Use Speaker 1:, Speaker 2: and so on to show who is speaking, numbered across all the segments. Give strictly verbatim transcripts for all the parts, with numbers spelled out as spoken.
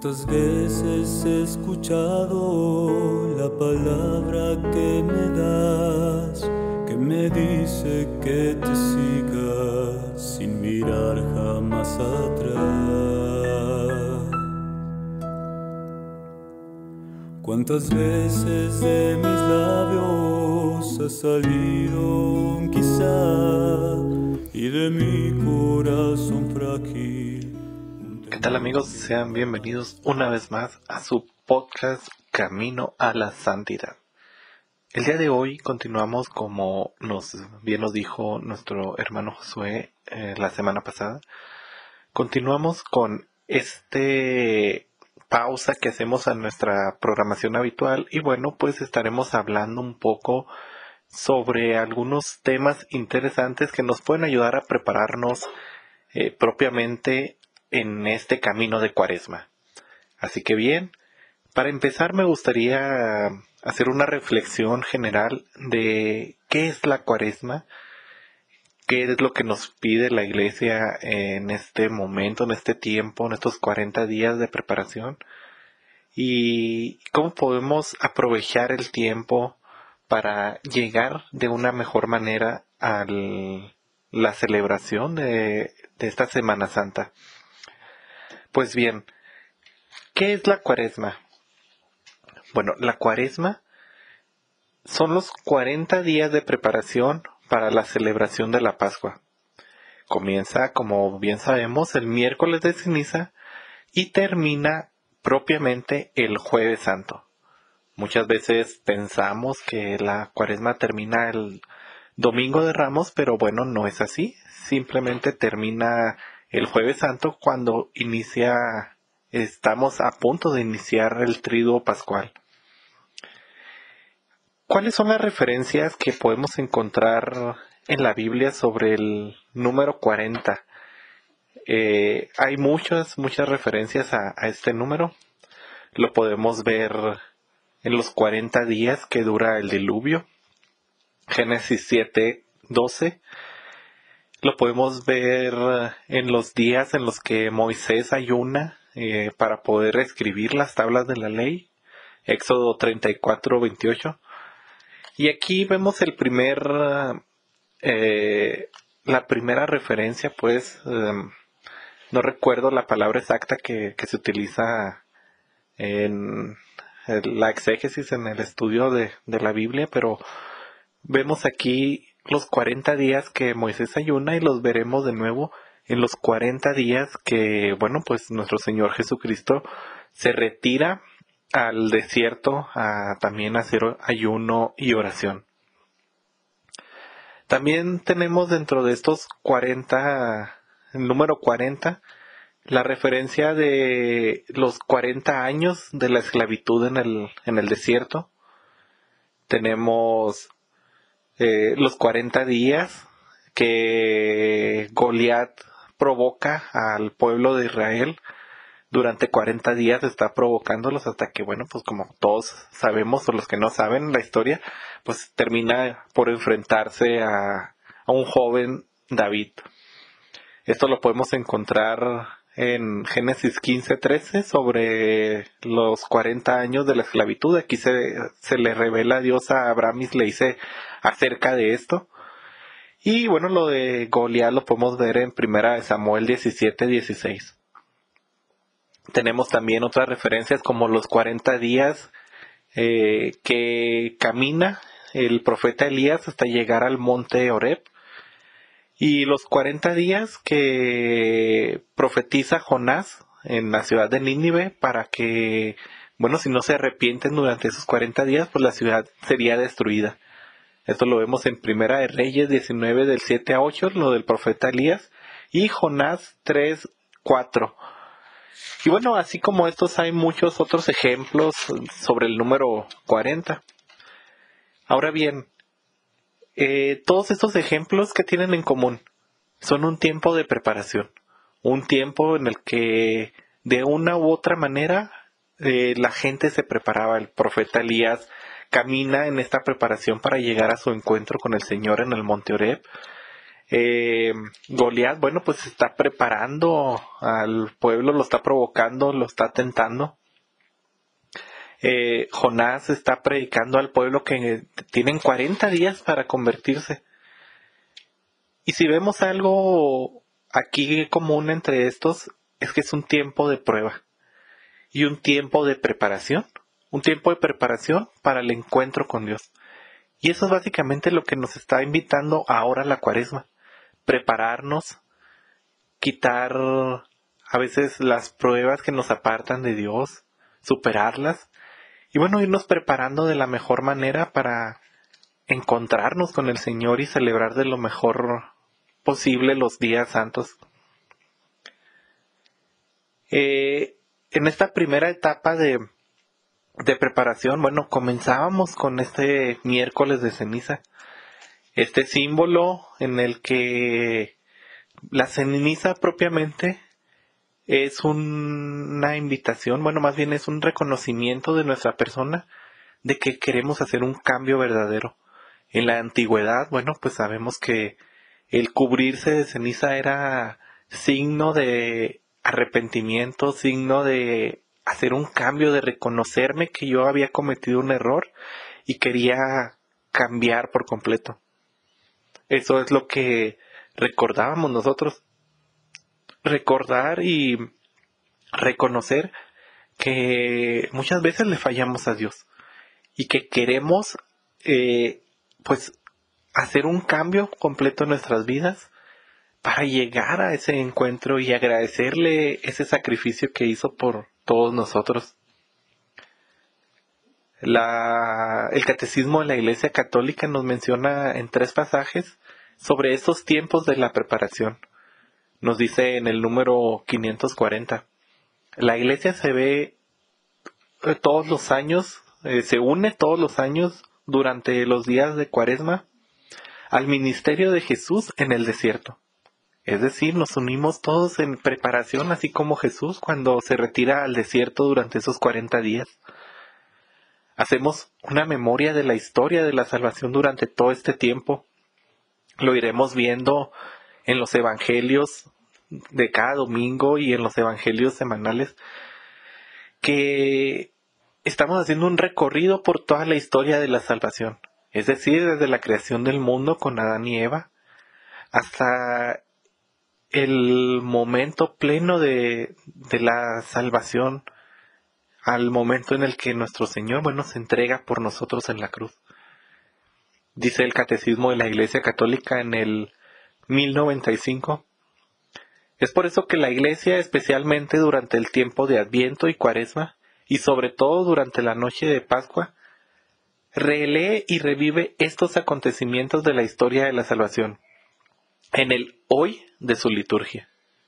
Speaker 1: ¿Cuántas veces he escuchado la palabra que me das, que me dice que te siga sin mirar jamás atrás? ¿Cuántas veces de mis labios ha salido un quizá y de mi corazón frágil?
Speaker 2: ¿Qué tal, amigos? Sean bienvenidos una vez más a su podcast Camino a la Santidad. El día de hoy continuamos, como nos bien nos dijo nuestro hermano Josué eh, la semana pasada. Continuamos con este pausa que hacemos a nuestra programación habitual y bueno, pues estaremos hablando un poco sobre algunos temas interesantes que nos pueden ayudar a prepararnos eh, propiamente en este camino de Cuaresma. Así que bien, para empezar me gustaría hacer una reflexión general de qué es la Cuaresma, qué es lo que nos pide la Iglesia en este momento, en este tiempo, en estos cuarenta días de preparación, y cómo podemos aprovechar el tiempo para llegar de una mejor manera a la celebración de, de esta Semana Santa. Pues bien, ¿qué es la Cuaresma? Bueno, la Cuaresma son los cuarenta días de preparación para la celebración de la Pascua. Comienza, como bien sabemos, el miércoles de ceniza y termina propiamente el Jueves Santo. Muchas veces pensamos que la Cuaresma termina el Domingo de Ramos, pero bueno, no es así. Simplemente termina el Jueves Santo cuando inicia, estamos a punto de iniciar el Triduo Pascual. ¿Cuáles son las referencias que podemos encontrar en la Biblia sobre el número cuarenta? Eh, hay muchas, muchas referencias a, a este número. Lo podemos ver en los cuarenta días que dura el diluvio. Génesis siete doce. Lo podemos ver en los días en los que Moisés ayuna eh, para poder escribir las tablas de la ley. Éxodo treinta y cuatro veintiocho. Y aquí vemos el primer, eh, la primera referencia, pues, eh, no recuerdo la palabra exacta que, que se utiliza en la exégesis, en el estudio de, de la Biblia, pero vemos aquí los cuarenta días que Moisés ayuna y los veremos de nuevo en los cuarenta días que, bueno, pues nuestro Señor Jesucristo se retira al desierto a también hacer ayuno y oración. También tenemos dentro de estos cuarenta, el número cuarenta, la referencia de los cuarenta años de la esclavitud en el, en el desierto. Tenemos eh, los cuarenta días que Goliat provoca al pueblo de Israel. Durante cuarenta días está provocándolos hasta que, bueno, pues como todos sabemos, o los que no saben la historia, pues termina por enfrentarse a, a un joven David. Esto lo podemos encontrar en Génesis quince trece sobre los cuarenta años de la esclavitud. Aquí se, se le revela a Dios a Abraham y le dice acerca de esto. Y bueno, lo de Goliat lo podemos ver en primera de Samuel diecisiete dieciséis. Tenemos también otras referencias como los cuarenta días eh, que camina el profeta Elías hasta llegar al monte Horeb. Y los cuarenta días que profetiza Jonás en la ciudad de Nínive para que, bueno, si no se arrepienten durante esos cuarenta días, pues la ciudad sería destruida. Esto lo vemos en Primera de Reyes diecinueve del siete a ocho, lo del profeta Elías, y Jonás tres cuatro. Y bueno, así como estos hay muchos otros ejemplos sobre el número cuarenta. Ahora bien, eh, todos estos ejemplos que tienen en común son un tiempo de preparación, un tiempo en el que de una u otra manera eh, la gente se preparaba. El profeta Elías camina en esta preparación para llegar a su encuentro con el Señor en el monte Horeb. Eh, Goliat, bueno, pues está preparando al pueblo, lo está provocando, lo está tentando. Eh, Jonás está predicando al pueblo que tienen cuarenta días para convertirse. Y si vemos algo aquí común entre estos, es que es un tiempo de prueba y un tiempo de preparación, un tiempo de preparación para el encuentro con Dios. Y eso es básicamente lo que nos está invitando ahora la Cuaresma, prepararnos, quitar a veces las pruebas que nos apartan de Dios, superarlas, y bueno, irnos preparando de la mejor manera para encontrarnos con el Señor y celebrar de lo mejor posible los días santos. Eh, en esta primera etapa de, de preparación, bueno, comenzábamos con este miércoles de ceniza, este símbolo en el que la ceniza propiamente es un, una invitación, bueno, más bien es un reconocimiento de nuestra persona de que queremos hacer un cambio verdadero. En la antigüedad, bueno, pues sabemos que el cubrirse de ceniza era signo de arrepentimiento, signo de hacer un cambio, de reconocerme que yo había cometido un error y quería cambiar por completo. Eso es lo que recordábamos nosotros. Recordar y reconocer que muchas veces le fallamos a Dios y que queremos eh, pues hacer un cambio completo en nuestras vidas para llegar a ese encuentro y agradecerle ese sacrificio que hizo por todos nosotros. La, el Catecismo de la Iglesia Católica nos menciona en tres pasajes sobre esos tiempos de la preparación. Nos dice en el número quinientos cuarenta, la Iglesia se ve todos los años, eh, se une todos los años durante los días de Cuaresma al ministerio de Jesús en el desierto. Es decir, nos unimos todos en preparación, así como Jesús cuando se retira al desierto durante esos cuarenta días. Hacemos una memoria de la historia de la salvación durante todo este tiempo. Lo iremos viendo en los evangelios de cada domingo y en los evangelios semanales, que estamos haciendo un recorrido por toda la historia de la salvación. Es decir, desde la creación del mundo con Adán y Eva hasta el momento pleno de, de la salvación, al momento en el que nuestro Señor, bueno, se entrega por nosotros en la cruz. Dice el Catecismo de la Iglesia Católica en el mil noventa y cinco, es por eso que la Iglesia, especialmente durante el tiempo de Adviento y Cuaresma, y sobre todo durante la noche de Pascua, relee y revive estos acontecimientos de la historia de la salvación en el hoy de su liturgia.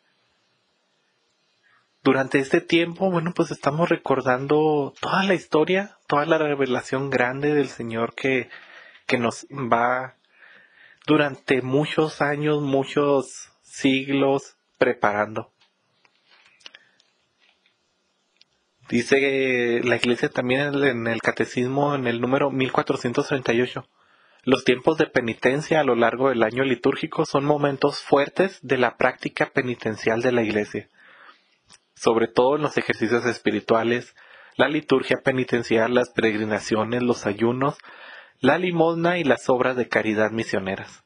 Speaker 2: Durante este tiempo, bueno, pues estamos recordando toda la historia, toda la revelación grande del Señor que, que nos va durante muchos años, muchos siglos preparando. Dice la Iglesia también en el Catecismo, en el número mil cuatrocientos treinta y ocho, los tiempos de penitencia a lo largo del año litúrgico son momentos fuertes de la práctica penitencial de la Iglesia, sobre todo en los ejercicios espirituales, la liturgia penitencial, las peregrinaciones, los ayunos, la limosna y las obras de caridad misioneras.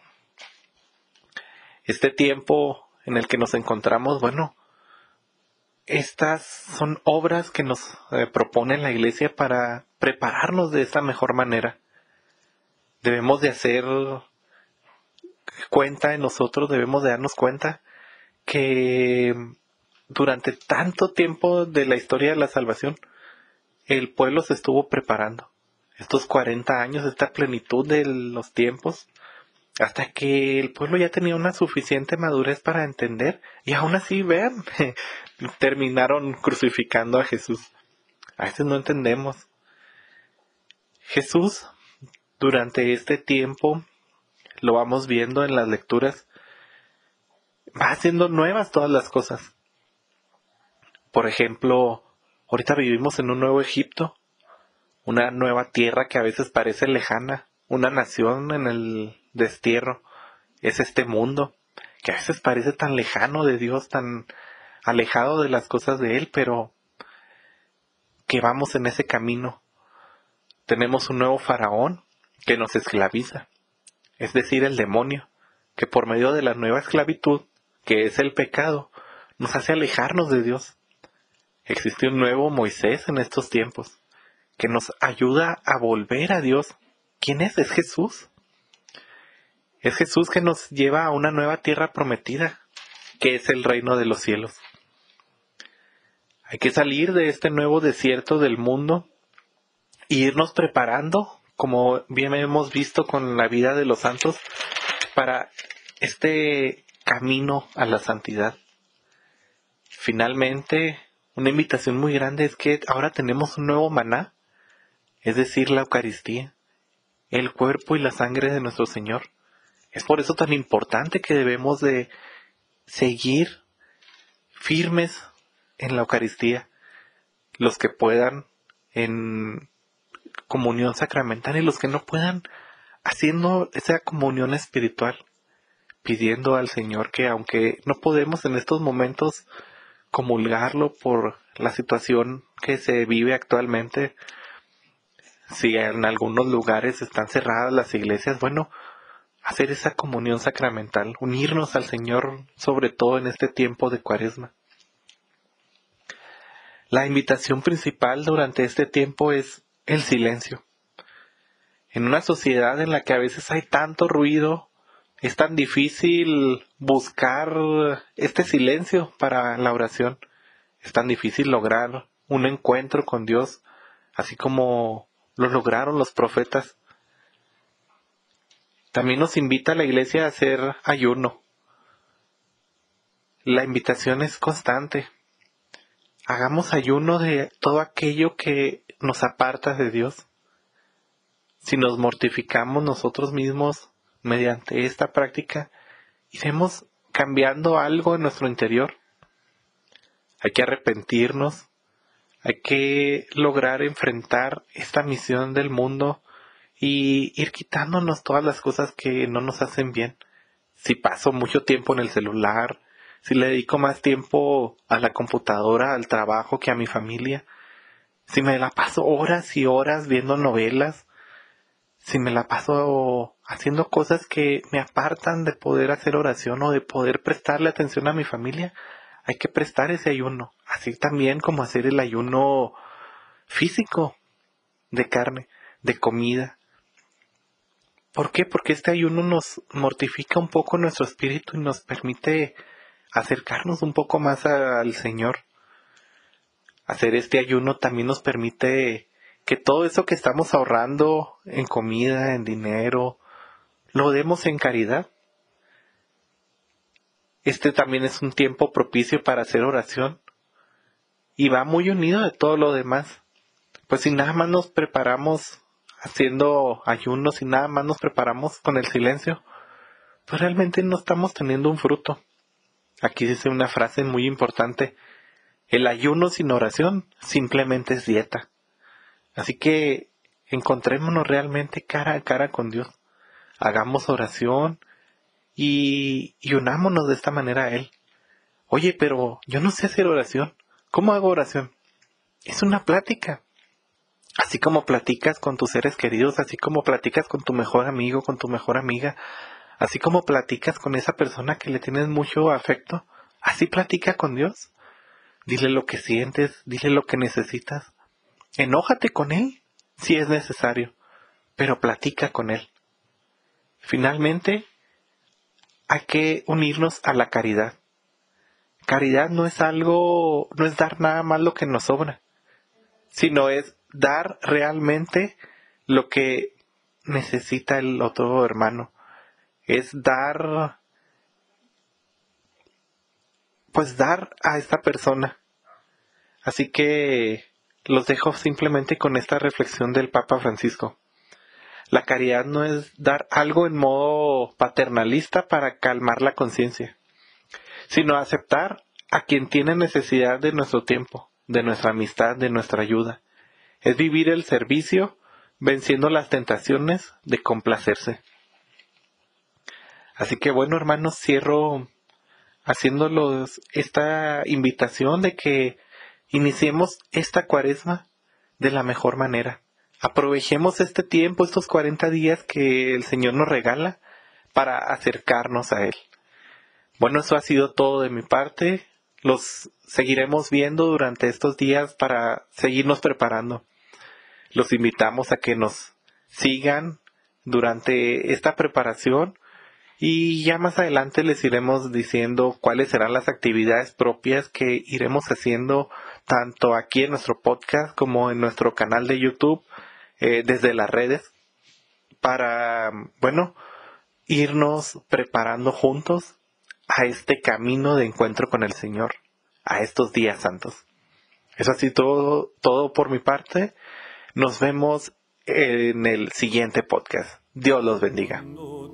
Speaker 2: Este tiempo en el que nos encontramos, bueno, estas son obras que nos eh, propone la Iglesia para prepararnos de esta mejor manera. Debemos de hacer cuenta en nosotros, debemos de darnos cuenta que durante tanto tiempo de la historia de la salvación, el pueblo se estuvo preparando. Estos cuarenta años, esta plenitud de los tiempos, hasta que el pueblo ya tenía una suficiente madurez para entender, y aún así, vean, terminaron crucificando a Jesús. A veces no entendemos. Jesús, durante este tiempo, lo vamos viendo en las lecturas, va haciendo nuevas todas las cosas. Por ejemplo, ahorita vivimos en un nuevo Egipto, una nueva tierra que a veces parece lejana, una nación en el destierro, es este mundo, que a veces parece tan lejano de Dios, tan alejado de las cosas de Él, pero que vamos en ese camino. Tenemos un nuevo faraón que nos esclaviza, es decir, el demonio, que por medio de la nueva esclavitud, que es el pecado, nos hace alejarnos de Dios. Existe un nuevo Moisés en estos tiempos, que nos ayuda a volver a Dios. ¿Quién es? Es Jesús. Es Jesús que nos lleva a una nueva tierra prometida, que es el reino de los cielos. Hay que salir de este nuevo desierto del mundo e irnos preparando, como bien hemos visto con la vida de los santos, para este camino a la santidad. Finalmente, una invitación muy grande es que ahora tenemos un nuevo maná, es decir, la Eucaristía, el cuerpo y la sangre de nuestro Señor. Es por eso tan importante que debemos de seguir firmes en la Eucaristía, los que puedan en comunión sacramental y los que no puedan haciendo esa comunión espiritual, pidiendo al Señor que, aunque no podemos en estos momentos comulgarlo por la situación que se vive actualmente, si en algunos lugares están cerradas las iglesias, bueno, hacer esa comunión sacramental, unirnos al Señor, sobre todo en este tiempo de Cuaresma. La invitación principal durante este tiempo es el silencio. En una sociedad en la que a veces hay tanto ruido, es tan difícil buscar este silencio para la oración. Es tan difícil lograr un encuentro con Dios, así como lo lograron los profetas. También nos invita la Iglesia a hacer ayuno. La invitación es constante. Hagamos ayuno de todo aquello que nos aparta de Dios. Si nos mortificamos nosotros mismos mediante esta práctica, iremos cambiando algo en nuestro interior. Hay que arrepentirnos, hay que lograr enfrentar esta misión del mundo y ir quitándonos todas las cosas que no nos hacen bien. Si paso mucho tiempo en el celular, si le dedico más tiempo a la computadora, al trabajo que a mi familia, si me la paso horas y horas viendo novelas, si me la paso haciendo cosas que me apartan de poder hacer oración o de poder prestarle atención a mi familia, hay que prestar ese ayuno, así también como hacer el ayuno físico de carne, de comida. ¿Por qué? Porque este ayuno nos mortifica un poco nuestro espíritu y nos permite acercarnos un poco más al Señor. Hacer este ayuno también nos permite que todo eso que estamos ahorrando en comida, en dinero, lo demos en caridad. Este también es un tiempo propicio para hacer oración y va muy unido de todo lo demás. Pues si nada más nos preparamos haciendo ayunos y nada más nos preparamos con el silencio, pues realmente no estamos teniendo un fruto. Aquí dice una frase muy importante: el ayuno sin oración simplemente es dieta. Así que encontrémonos realmente cara a cara con Dios. Hagamos oración y, y unámonos de esta manera a Él. Oye, pero yo no sé hacer oración. ¿Cómo hago oración? Es una plática. Así como platicas con tus seres queridos, así como platicas con tu mejor amigo, con tu mejor amiga, así como platicas con esa persona que le tienes mucho afecto, así platica con Dios. Dile lo que sientes, dile lo que necesitas. Enójate con Él, si es necesario, pero platica con Él. Finalmente, hay que unirnos a la caridad. Caridad no es algo, no es dar nada más lo que nos sobra, sino es dar realmente lo que necesita el otro hermano. Es dar, pues dar a esta persona. Así que los dejo simplemente con esta reflexión del Papa Francisco. La caridad no es dar algo en modo paternalista para calmar la conciencia, sino aceptar a quien tiene necesidad de nuestro tiempo, de nuestra amistad, de nuestra ayuda. Es vivir el servicio venciendo las tentaciones de complacerse. Así que bueno, hermanos, cierro haciéndolos esta invitación de que iniciemos esta cuaresma de la mejor manera. Aprovechemos este tiempo, estos cuarenta días que el Señor nos regala para acercarnos a Él. Bueno, eso ha sido todo de mi parte. Los seguiremos viendo durante estos días para seguirnos preparando. Los invitamos a que nos sigan durante esta preparación y ya más adelante les iremos diciendo cuáles serán las actividades propias que iremos haciendo tanto aquí en nuestro podcast como en nuestro canal de YouTube, eh, desde las redes, para, bueno, irnos preparando juntos a este camino de encuentro con el Señor, a estos días santos. Eso ha sido todo, todo por mi parte. Nos vemos en el siguiente podcast. Dios los bendiga.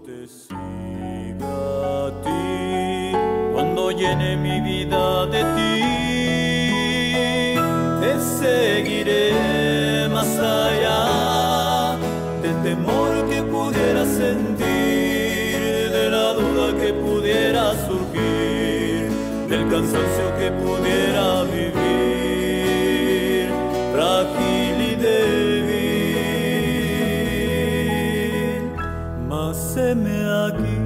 Speaker 1: Cuando llene mi vida de ti, te seguiré más allá del temor que pudiera sentir, de la duda que pudiera surgir, del cansancio que pudiera vivir, frágil y débil, mas heme aquí.